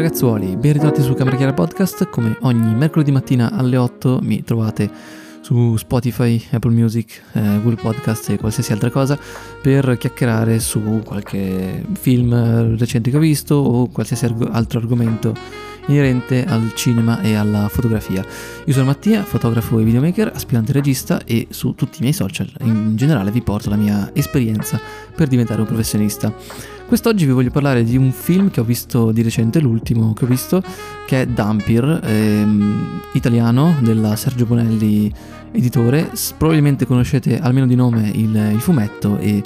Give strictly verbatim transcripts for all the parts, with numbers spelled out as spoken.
ragazzuoli, ben ritrovati su Camera Chiara Podcast. Come ogni mercoledì mattina alle otto mi trovate su Spotify, Apple Music, eh, Google Podcast e qualsiasi altra cosa per chiacchierare su qualche film recente che ho visto o qualsiasi arg- altro argomento inerente al cinema e alla fotografia. Io sono Mattia, fotografo e videomaker, aspirante regista, e su tutti i miei social in generale vi porto la mia esperienza per diventare un professionista. Quest'oggi vi voglio parlare di un film che ho visto di recente, l'ultimo che ho visto, che è Dampir, ehm, italiano, della Sergio Bonelli editore. Probabilmente conoscete almeno di nome il, il fumetto e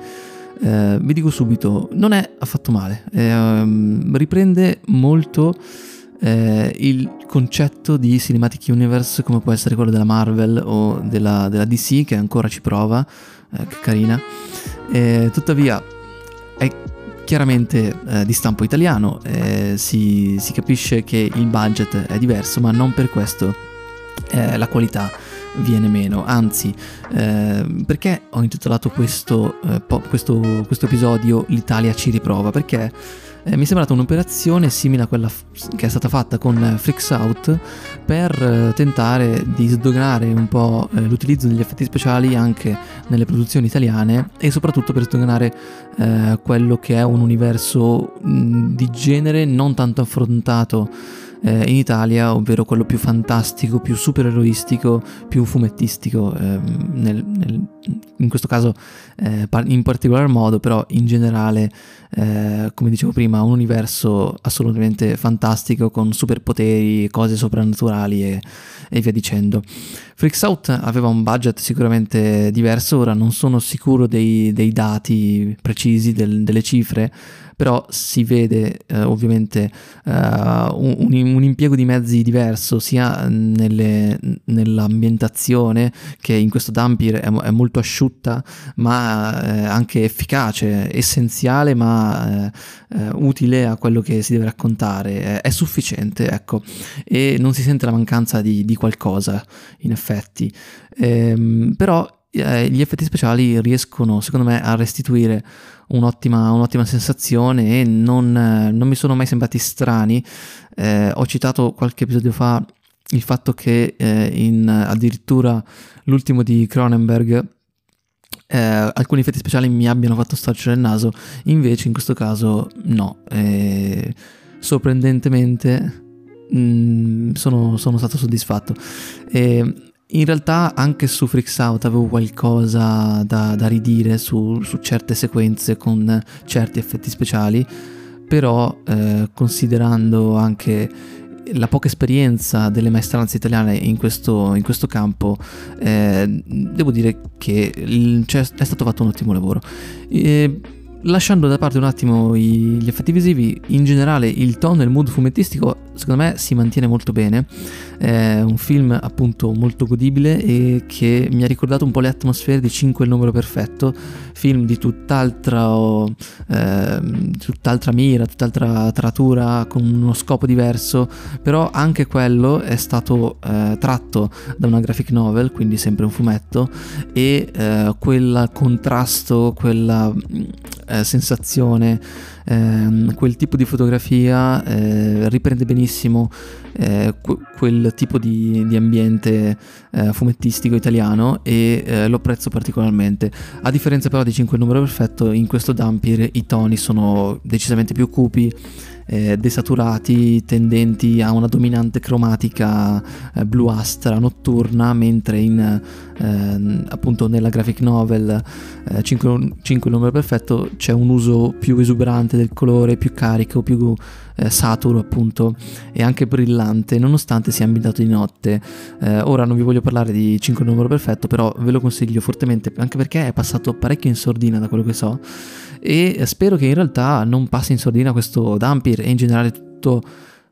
eh, vi dico subito, non è affatto male, ehm, riprende molto Eh, il concetto di Cinematic Universe, come può essere quello della Marvel o della, della D C, che ancora ci prova, eh, che carina. Eh, tuttavia è chiaramente eh, di stampo italiano, eh, si, si capisce che il budget è diverso, ma non per questo eh, la qualità viene meno, anzi, eh, perché ho intitolato questo, eh, po- questo, questo episodio L'Italia ci riprova? Perché Eh, mi è sembrata un'operazione simile a quella f- che è stata fatta con eh, Freaks Out per eh, tentare di sdoganare un po' eh, l'utilizzo degli effetti speciali anche nelle produzioni italiane, e soprattutto per sdoganare eh, quello che è un universo mh, di genere non tanto affrontato eh, in Italia, ovvero quello più fantastico, più supereroistico, più fumettistico, eh, nel, nel, in questo caso eh, in particolar modo, però in generale, eh, come dicevo prima, un universo assolutamente fantastico con superpoteri, cose soprannaturali e, e via dicendo. Freaks Out aveva un budget sicuramente diverso, ora non sono sicuro dei, dei dati precisi, del, delle cifre, però si vede eh, ovviamente uh, un, un impiego di mezzi diverso sia nelle, nell'ambientazione, che in questo Dampir è, è molto asciutta ma eh, anche efficace, essenziale ma eh, eh, utile a quello che si deve raccontare, è, è sufficiente, ecco, e non si sente la mancanza di, di qualcosa in effetti, ehm, però eh, gli effetti speciali riescono secondo me a restituire un'ottima, un'ottima sensazione e non, eh, non mi sono mai sembrati strani. Eh, ho citato qualche episodio fa il fatto che eh, in addirittura l'ultimo di Cronenberg eh, alcuni effetti speciali mi abbiano fatto storcere il naso, invece in questo caso no, eh, sorprendentemente mh, sono, sono stato soddisfatto. E in realtà anche su Freaks Out avevo qualcosa da, da ridire su, su certe sequenze con certi effetti speciali, però eh, considerando anche la poca esperienza delle maestranze italiane in questo, in questo campo, eh, devo dire che il, cioè, è stato fatto un ottimo lavoro. E, lasciando da parte un attimo i, gli effetti visivi, in generale il tono e il mood fumettistico secondo me si mantiene molto bene. È un film appunto molto godibile e che mi ha ricordato un po' le atmosfere di Cinque il numero perfetto, film di tutt'altra, eh, tutt'altra mira, tutt'altra taratura, con uno scopo diverso, però anche quello è stato eh, tratto da una graphic novel, quindi sempre un fumetto, e eh, quel contrasto, quella eh, sensazione, eh, quel tipo di fotografia eh, riprende benissimo eh, que- quel tipo di, di ambiente eh, fumettistico italiano, e eh, lo apprezzo particolarmente. A differenza però di Cinque il numero perfetto, in questo Dampir i toni sono decisamente più cupi, eh, desaturati, tendenti a una dominante cromatica eh, bluastra notturna, mentre in eh, appunto nella graphic novel eh, Cinque, Cinque il numero perfetto c'è un uso più esuberante del colore, più carico, più eh, saturo appunto, e anche brillante, nonostante sia ambientato di notte. Eh, ora non vi voglio parlare di Cinque il numero perfetto, però ve lo consiglio fortemente, anche perché è passato parecchio in sordina da quello che so, e spero che in realtà non passi in sordina questo Dampir e in generale tutto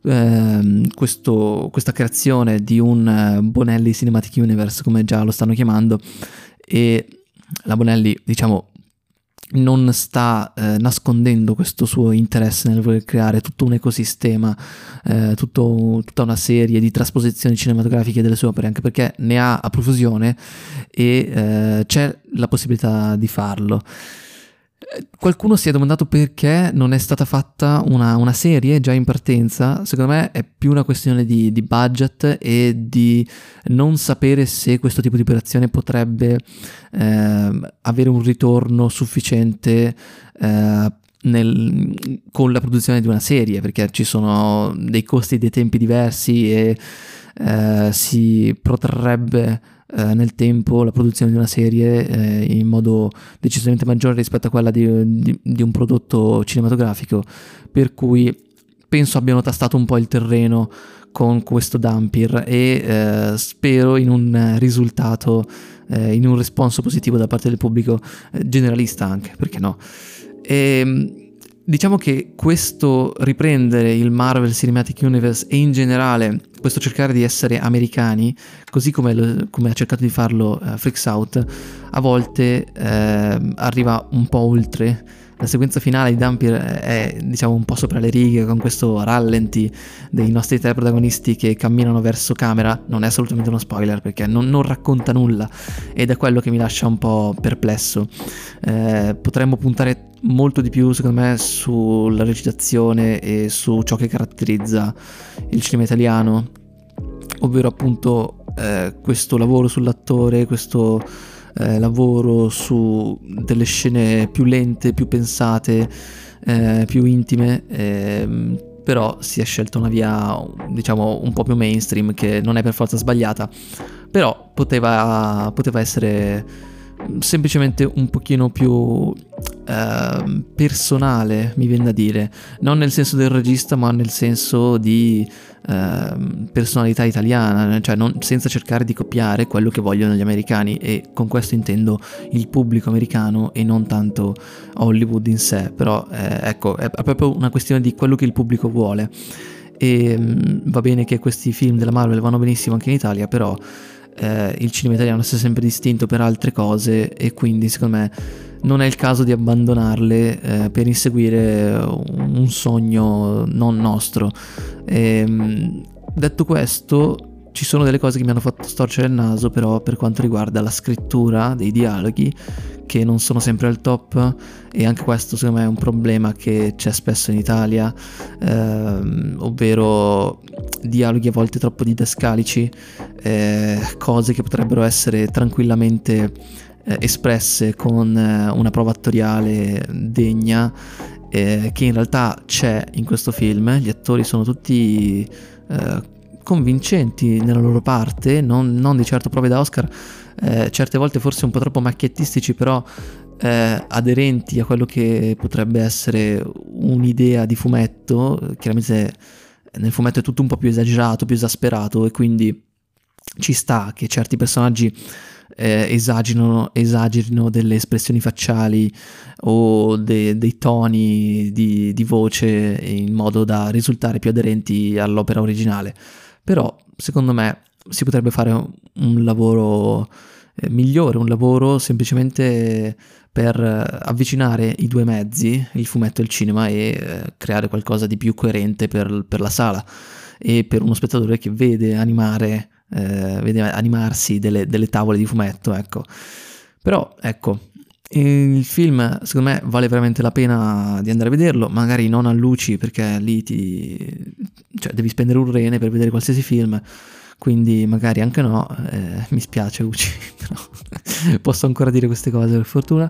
ehm, questo, questa creazione di un eh, Bonelli Cinematic Universe, come già lo stanno chiamando. E la Bonelli, diciamo, non sta eh, nascondendo questo suo interesse nel voler creare tutto un ecosistema, eh, tutto, tutta una serie di trasposizioni cinematografiche delle sue opere, anche perché ne ha a profusione e eh, c'è la possibilità di farlo. Qualcuno si è domandato perché non è stata fatta una, una serie già in partenza. Secondo me è più una questione di, di budget e di non sapere se questo tipo di operazione potrebbe eh, avere un ritorno sufficiente eh, nel, con la produzione di una serie, perché ci sono dei costi e dei tempi diversi e eh, si protrarrebbe eh, nel tempo la produzione di una serie eh, in modo decisamente maggiore rispetto a quella di, di, di un prodotto cinematografico, per cui penso abbiano tastato un po' il terreno con questo Dhampir e eh, spero in un risultato, eh, in un responso positivo da parte del pubblico, eh, generalista anche, perché no? E diciamo che questo riprendere il Marvel Cinematic Universe e in generale questo cercare di essere americani, così come, lo, come ha cercato di farlo uh, Freaks Out, a volte uh, arriva un po' oltre. La sequenza finale di Dhampir è, diciamo, un po' sopra le righe, con questo rallenti dei nostri tre protagonisti che camminano verso camera. Non è assolutamente uno spoiler, perché non, non racconta nulla, ed è quello che mi lascia un po' perplesso. Eh, potremmo puntare molto di più, secondo me, sulla recitazione e su ciò che caratterizza il cinema italiano, ovvero appunto eh, questo lavoro sull'attore, questo Eh, lavoro su delle scene più lente, più pensate, eh, più intime, eh, però si è scelta una via, diciamo, un po' più mainstream, che non è per forza sbagliata, però poteva, poteva essere semplicemente un pochino più eh, personale, mi viene da dire, non nel senso del regista, ma nel senso di eh, personalità italiana, cioè non, senza cercare di copiare quello che vogliono gli americani, e con questo intendo il pubblico americano e non tanto Hollywood in sé. Però eh, ecco, è proprio una questione di quello che il pubblico vuole, e mh, va bene che questi film della Marvel vanno benissimo anche in Italia, però Eh, il cinema italiano si è sempre distinto per altre cose, e quindi secondo me non è il caso di abbandonarle eh, per inseguire un sogno non nostro. E, detto questo, ci sono delle cose che mi hanno fatto storcere il naso, però, per quanto riguarda la scrittura dei dialoghi, che non sono sempre al top, e anche questo secondo me è un problema che c'è spesso in Italia, ehm, ovvero dialoghi a volte troppo didascalici, eh, cose che potrebbero essere tranquillamente eh, espresse con eh, una prova attoriale degna, eh, che in realtà c'è in questo film. Gli attori sono tutti eh, convincenti nella loro parte, non, non di certo prove da Oscar, eh, certe volte forse un po' troppo macchiettistici, però eh, aderenti a quello che potrebbe essere un'idea di fumetto. Chiaramente nel fumetto è tutto un po' più esagerato, più esasperato, e quindi ci sta che certi personaggi eh, esagerino, esagerino delle espressioni facciali o de, dei toni di, di voce, in modo da risultare più aderenti all'opera originale. Però secondo me si potrebbe fare un lavoro eh, migliore, un lavoro semplicemente per avvicinare i due mezzi, il fumetto e il cinema, e eh, creare qualcosa di più coerente per, per la sala e per uno spettatore che vede animare, eh, vede animarsi delle, delle tavole di fumetto, ecco. Però ecco, il film secondo me vale veramente la pena di andare a vederlo, magari non a Luci, perché lì ti, cioè, devi spendere un rene per vedere qualsiasi film, quindi magari anche no, eh, mi spiace Luci, però posso ancora dire queste cose, per fortuna.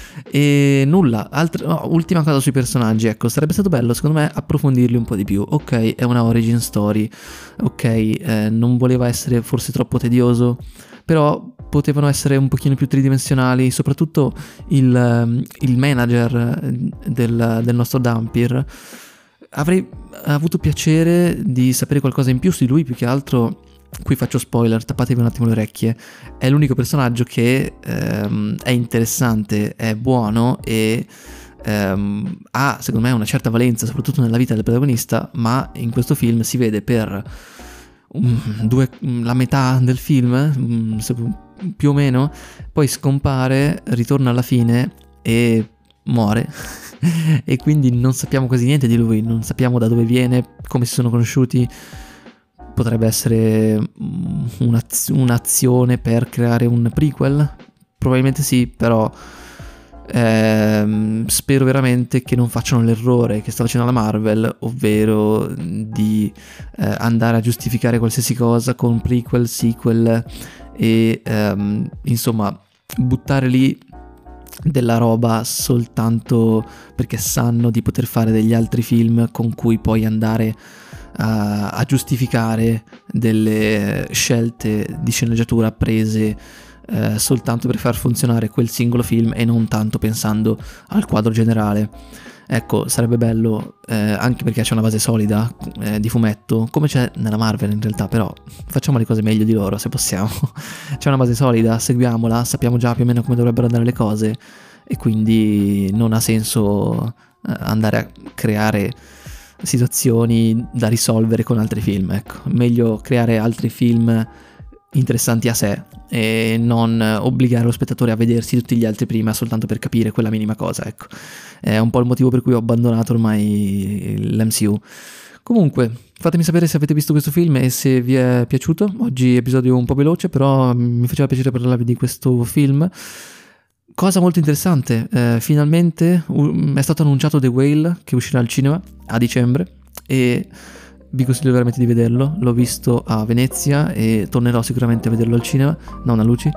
E nulla, altra, no, ultima cosa sui personaggi, ecco, sarebbe stato bello secondo me approfondirli un po' di più. Ok, è una origin story, ok, eh, non voleva essere forse troppo tedioso, però potevano essere un pochino più tridimensionali, soprattutto il, il manager del, del nostro Dhampir. Avrei avuto piacere di sapere qualcosa in più su di lui, più che altro. Qui faccio spoiler, tappatevi un attimo le orecchie. È l'unico personaggio che ehm, è interessante, è buono e ehm, ha secondo me una certa valenza, soprattutto nella vita del protagonista, ma in questo film si vede per um, due, la metà del film, um, più o meno, poi scompare, ritorna alla fine e muore. E quindi non sappiamo quasi niente di lui, non sappiamo da dove viene, come si sono conosciuti. Potrebbe essere un'az- un'azione per creare un prequel? Probabilmente sì, però ehm, spero veramente che non facciano l'errore che sta facendo la Marvel, ovvero di eh, andare a giustificare qualsiasi cosa con prequel, sequel e ehm, insomma buttare lì della roba soltanto perché sanno di poter fare degli altri film con cui poi andare a, a giustificare delle scelte di sceneggiatura prese eh, soltanto per far funzionare quel singolo film e non tanto pensando al quadro generale. Ecco, sarebbe bello, eh, anche perché c'è una base solida eh, di fumetto, come c'è nella Marvel in realtà, però facciamo le cose meglio di loro se possiamo. C'è una base solida, seguiamola, sappiamo già più o meno come dovrebbero andare le cose e quindi non ha senso eh, andare a creare situazioni da risolvere con altri film, ecco. Meglio creare altri film interessanti a sé e non obbligare lo spettatore a vedersi tutti gli altri prima soltanto per capire quella minima cosa, ecco. È un po' il motivo per cui ho abbandonato ormai l'M C U. Comunque, fatemi sapere se avete visto questo film e se vi è piaciuto. Oggi episodio un po' veloce, però mi faceva piacere parlarvi di questo film. Cosa molto interessante, eh, finalmente um, è stato annunciato The Whale, che uscirà al cinema a dicembre, e vi consiglio veramente di vederlo. L'ho visto a Venezia e tornerò sicuramente a vederlo al cinema, non a Luci.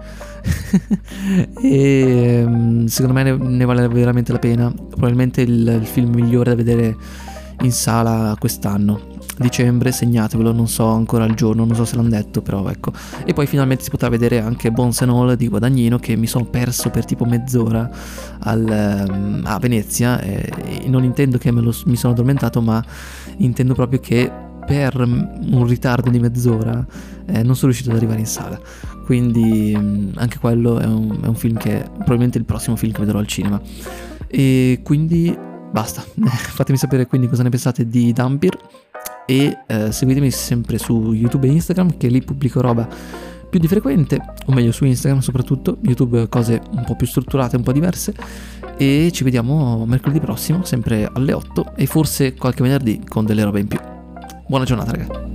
E um, secondo me ne, ne vale veramente la pena. Probabilmente il, il film migliore da vedere in sala quest'anno. Dicembre, segnatevelo, non so ancora il giorno, non so se l'hanno detto, però ecco. E poi finalmente si potrà vedere anche Bones and All di Guadagnino, che mi sono perso per tipo mezz'ora al, um, a Venezia, e, e non intendo che me lo, mi sono addormentato, ma intendo proprio che per un ritardo di mezz'ora eh, non sono riuscito ad arrivare in sala. Quindi um, anche quello è un, è un film che probabilmente è il prossimo film che vedrò al cinema. E quindi basta. Fatemi sapere quindi cosa ne pensate di Dhampir e eh, seguitemi sempre su YouTube e Instagram, che lì pubblico roba più di frequente, o meglio su Instagram soprattutto, YouTube cose un po' più strutturate, un po' diverse, e ci vediamo mercoledì prossimo sempre alle otto e forse qualche venerdì con delle robe in più. Buona giornata, ragazzi.